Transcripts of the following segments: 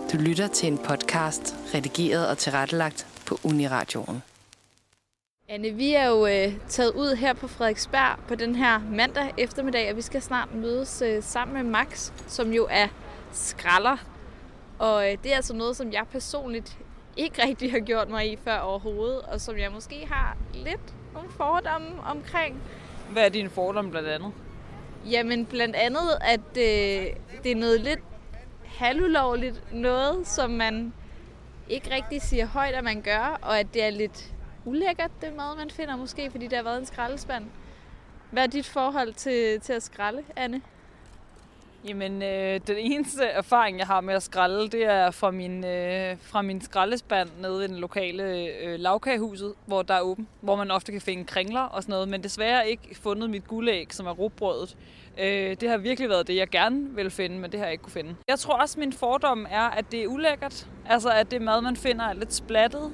Du lytter til en podcast, redigeret og tilrettelagt på Uniradioen. Anne, vi er jo taget ud her på Frederiksberg på den her mandag eftermiddag, og vi skal snart mødes sammen med Max, som jo er skralder. Og det er altså noget, som jeg personligt ikke rigtig har gjort mig i før overhovedet, og som jeg måske har lidt nogle fordomme omkring. Hvad er dine fordomme blandt andet? Jamen blandt andet, at det er noget lidt halvulovligt, noget som man ikke rigtig siger højt, at man gør, og at det er lidt ulækkert, det mad, man finder måske, fordi der har været en skraldespand. Hvad er dit forhold til at skralde, Anne? Jamen, den eneste erfaring, jeg har med at skralde, det er fra min skraldespand nede ved den lokale lavkagehuset, hvor der er åben, hvor man ofte kan finde kringler og sådan noget, men desværre ikke fundet mit guldæg, som er rugbrødet. Det har virkelig været det, jeg gerne vil finde, men det har jeg ikke kunne finde. Jeg tror også, min fordom er, at det er ulækkert. Altså, at det mad, man finder, er lidt splattet.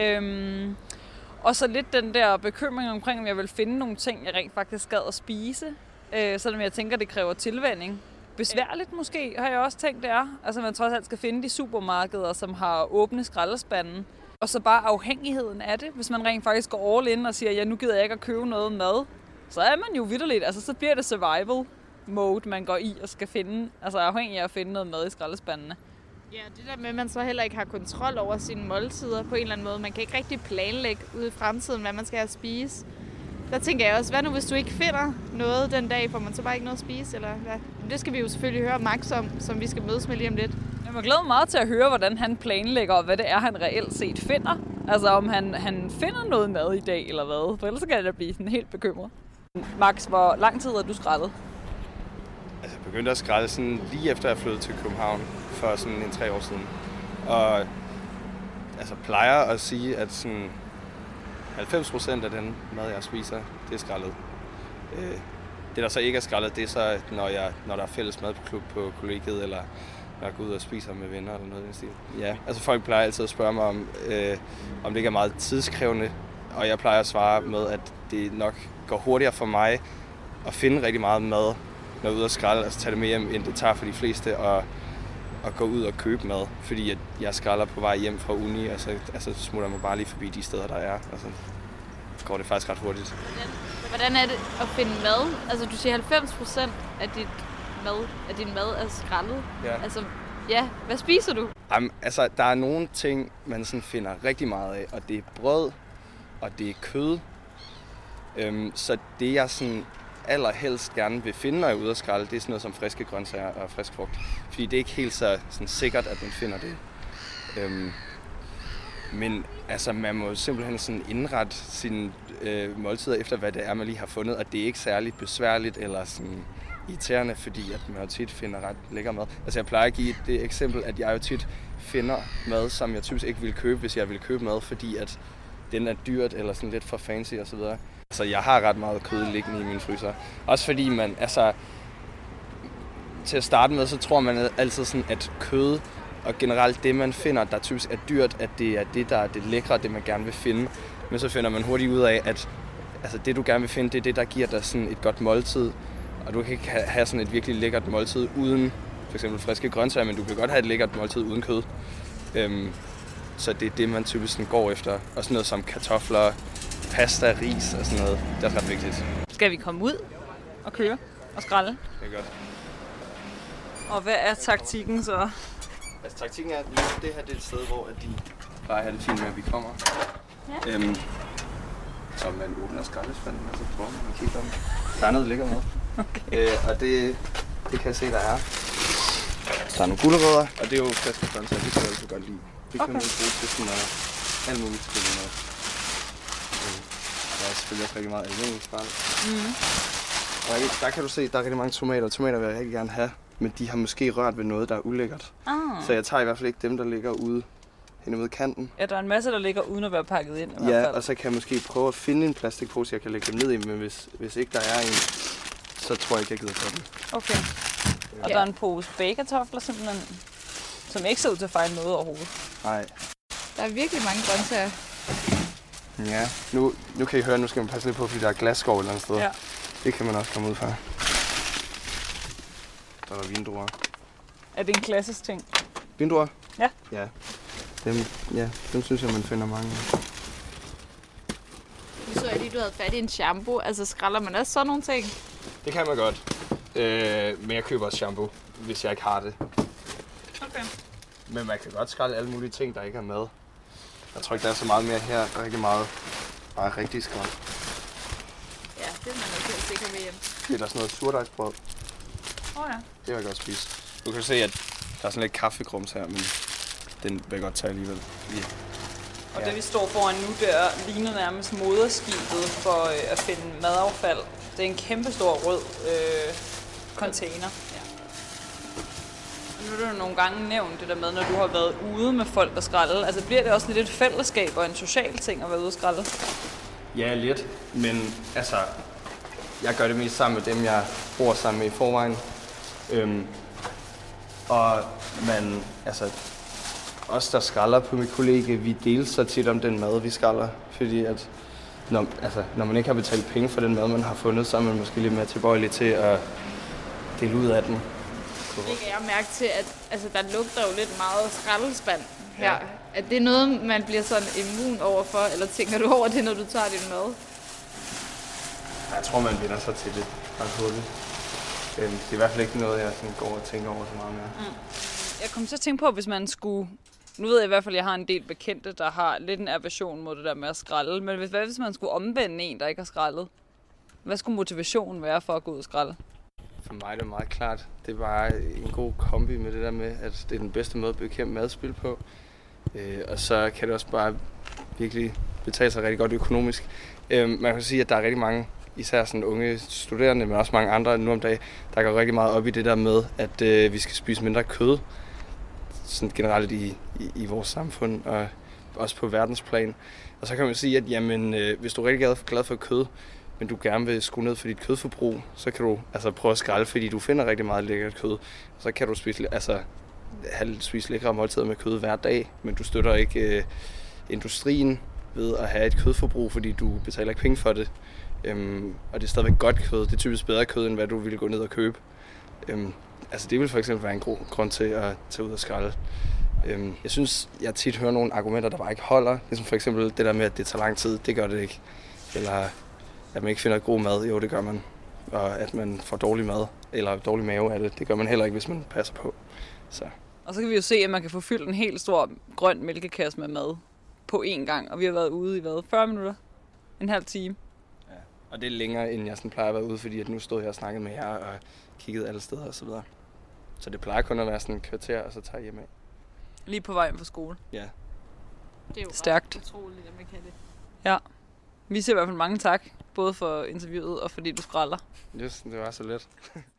Og så lidt den der bekymring omkring, om jeg vil finde nogle ting, jeg rent faktisk gad at spise. Selvom jeg tænker, det kræver tilvænning. Besværligt måske, har jeg også tænkt, det er. Altså, man trods alt skal finde de supermarkeder, som har åbne skraldespanden. Og så bare afhængigheden af det. Hvis man rent faktisk går all in og siger, ja, nu gider jeg ikke at købe noget mad, så er man jo vitterligt. Altså, så bliver det survival mode, man går i og skal finde. Altså, afhængig af at finde noget mad i skraldespandene. Ja, det der med, at man så heller ikke har kontrol over sine måltider på en eller anden måde. Man kan ikke rigtig planlægge ude i fremtiden, hvad man skal have at spise. Der tænker jeg også, hvad nu hvis du ikke finder noget den dag, får man så bare ikke noget at spise, eller hvad? Det skal vi jo selvfølgelig høre Max om, som vi skal mødes med lige om lidt. Jeg glæder mig meget til at høre, hvordan han planlægger, og hvad det er, han reelt set finder. Altså om han finder noget mad i dag, eller hvad. For ellers kan jeg da blive sådan helt bekymret. Max, hvor lang tid har du skrællet? Altså, jeg begyndte at skrælle sådan lige efter jeg flyttede til København for sådan 3 år siden. Og altså plejer at sige, at sådan 90% af den mad, jeg spiser, det er skrællet. Det, der så ikke er skrællet, det er så, når der er fælles madklub på kollegiet, eller når jeg går ud og spiser med venner eller noget i den stil. Ja, altså folk plejer altid at spørge mig om det ikke er meget tidskrævende, og jeg plejer at svare med, at det nok går hurtigere for mig at finde rigtig meget mad, når jeg er ude og skralde, altså tage det med hjem, end det tager for de fleste at gå ud og købe mad, fordi at jeg skralder på vej hjem fra uni, og så smutter man bare lige forbi de steder, der er, og så går det faktisk ret hurtigt. Hvordan er det at finde mad? Altså du siger 90% af din mad er skrællet. Ja. Altså, ja, hvad spiser du? Jamen, altså, der er nogle ting, man sådan finder rigtig meget af, og det er brød, og det er kød. Så det jeg sådan allerhelst gerne vil finde, når jeg er ude at skralde, det er sådan noget som friske grøntsager og frisk frugt. Fordi det er ikke helt så sådan sikkert, at man finder det. Men altså, man må simpelthen sådan indrette sine måltider efter, hvad det er, man lige har fundet. Og det er ikke særlig besværligt eller sådan irriterende, fordi at man jo tit finder ret lækker mad. Altså, jeg plejer at give det eksempel, at jeg jo tit finder mad, som jeg typisk ikke ville købe, hvis jeg ville købe mad, fordi at den er dyrt eller sådan lidt for fancy osv. Så jeg har ret meget kød liggende i min fryser. Også fordi man, altså, til at starte med, så tror man altid sådan, at kød og generelt det, man finder, der typisk er dyrt, at det er det, der er det lækre, det man gerne vil finde. Men så finder man hurtigt ud af, at altså, det, du gerne vil finde, det er det, der giver dig sådan et godt måltid. Og du kan ikke have sådan et virkelig lækkert måltid uden for eksempel friske grøntsager, men du kan godt have et lækkert måltid uden kød. Så det er det, man typisk sådan går efter. Og sådan noget som kartofler, pasta, ris og sådan noget. Det er ret vigtigt. Skal vi komme ud og køre og skralde? Det er godt. Og hvad er taktikken så? Altså taktikken er, at det her det er et sted, hvor de bare har det fint med, at vi kommer. Ja. Så man åbner skraldespanden, og så prøver man at kigge om. Der er noget lækker med. Okay. Og det kan jeg se, der er. Der er nogle gulerødder, og det er jo friske grøntsager, det kan jeg altså godt lide. Det kan man bruge til sådan noget, alt muligt til noget. Der er selvfølgelig også rigtig meget almindelig skrald. Og der kan du se, der er rigtig mange tomater. Tomater vil jeg rigtig gerne have, men de har måske rørt ved noget, der er ulækkert. Så jeg tager i hvert fald ikke dem, der ligger ude hen ved kanten. Ja, der er en masse, der ligger uden at være pakket ind. Ja, og så kan jeg måske prøve at finde en plastikpose, jeg kan lægge dem ned i, men hvis ikke der er en, så tror jeg ikke, jeg gider tage den. Okay. Og der er en pose bagekartofler simpelthen, som ikke ser ud til at fejle noget overhovedet. Nej. Der er virkelig mange grøntsager. Ja, nu kan I høre, nu skal man passe lidt på, fordi der er glasskov et eller andet sted. Ja. Det kan man også komme ud fra. Der er vinduer. Er det en klassisk ting? Vinduer? Ja. Ja. Dem synes jeg, man finder mange af. Nu så jeg lige, du havde fat i en shampoo. Altså skralder man også sådan nogle ting? Det kan man godt. Men jeg køber også shampoo, hvis jeg ikke har det. Okay. Men man kan godt skrælle alle mulige ting, der ikke er med. Jeg tror ikke, der er så meget mere her. Der er ikke meget bare rigtig skrald. Ja, det er man nok helt sikker med hjem. Det er der sådan noget surdejsbrød. Ja. Det vil jeg godt spise. Du kan se, at der er sådan lidt kaffegrums her, men den vil jeg godt tage alligevel. Ja. Og det vi står foran nu, der ligner nærmest moderskibet for at finde madaffald. Det er en kæmpe stor rød container. Ja. Og nu er det jo nogle gange nævnt det der med, når du har været ude med folk, der skralder. Altså bliver det også lidt et fællesskab og en social ting at være ude og skralde? Ja, lidt. Men altså, jeg gør det mest sammen med dem, jeg bor sammen med i forvejen. Og man, altså, os der skralder på mit kollega, vi deler så tit om den mad, vi skralder. Fordi at, når man ikke har betalt penge for den mad, man har fundet, så er man måske lidt mere tilbøjelig til at dele ud af den. Lægger jeg mærke til, at altså, der lugter jo lidt meget skraldespand her. Ja. Er det noget, man bliver sådan immun overfor, eller tænker du over det, når du tager din mad? Jeg tror, man vinder sig til det ret hurtigt. Det er i hvert fald ikke noget, jeg sådan går og tænker over så meget mere. Jeg kom til at tænke på, hvis man skulle... Nu ved jeg i hvert fald, at jeg har en del bekendte, der har lidt en aversion mod det der med at skralde. Men hvad hvis man skulle omvende en, der ikke har skraldet? Hvad skulle motivationen være for at gå ud og skralde? For mig er det meget klart. Det er bare en god kombi med det der med, at det er den bedste måde at bekæmpe madspild på. Og så kan det også bare virkelig betale sig rigtig godt økonomisk. Man kan sige, at der er rigtig mange, især sådan unge studerende, men også mange andre nu om dagen, der går rigtig meget op i det der med, at vi skal spise mindre kød. Sådan generelt i vores samfund og også på verdensplan. Og så kan man sige, at jamen, hvis du er rigtig glad for kød, men du gerne vil skrue ned for dit kødforbrug, så kan du altså prøve at skralde, fordi du finder rigtig meget lækkert kød. Så kan du spise lækre måltider med kød hver dag, men du støtter ikke industrien ved at have et kødforbrug, fordi du betaler ikke penge for det. Og det er stadigvæk godt kød. Det er typisk bedre kød, end hvad du ville gå ned og købe. Altså det vil for eksempel være en god grund til at tage ud og skralde. Jeg synes, jeg tit hører nogle argumenter, der bare ikke holder. Ligesom for eksempel det der med, at det tager lang tid. Det gør det ikke. Eller at man ikke finder god mad. Jo, det gør man. Og at man får dårlig mad eller dårlig mave af det. Det gør man heller ikke, hvis man passer på. Så. Og så kan vi jo se, at man kan få fyldt en helt stor grøn mælkekasse med mad på én gang. Og vi har været ude i 40 minutter? En halv time? Ja. Og det er længere, end jeg sådan plejer at være ude, fordi at nu stod jeg og snakkede med jer og kiggede alle steder og så videre. Så det plejer kun at være sådan et kvarter, og så tager jeg hjem af. Lige på vej fra skole? Ja. Det er jo stærkt. Utroligt, at man kan det. Ja. Vi siger i hvert fald mange tak, både for interviewet og fordi du skralder. Just, det var så let.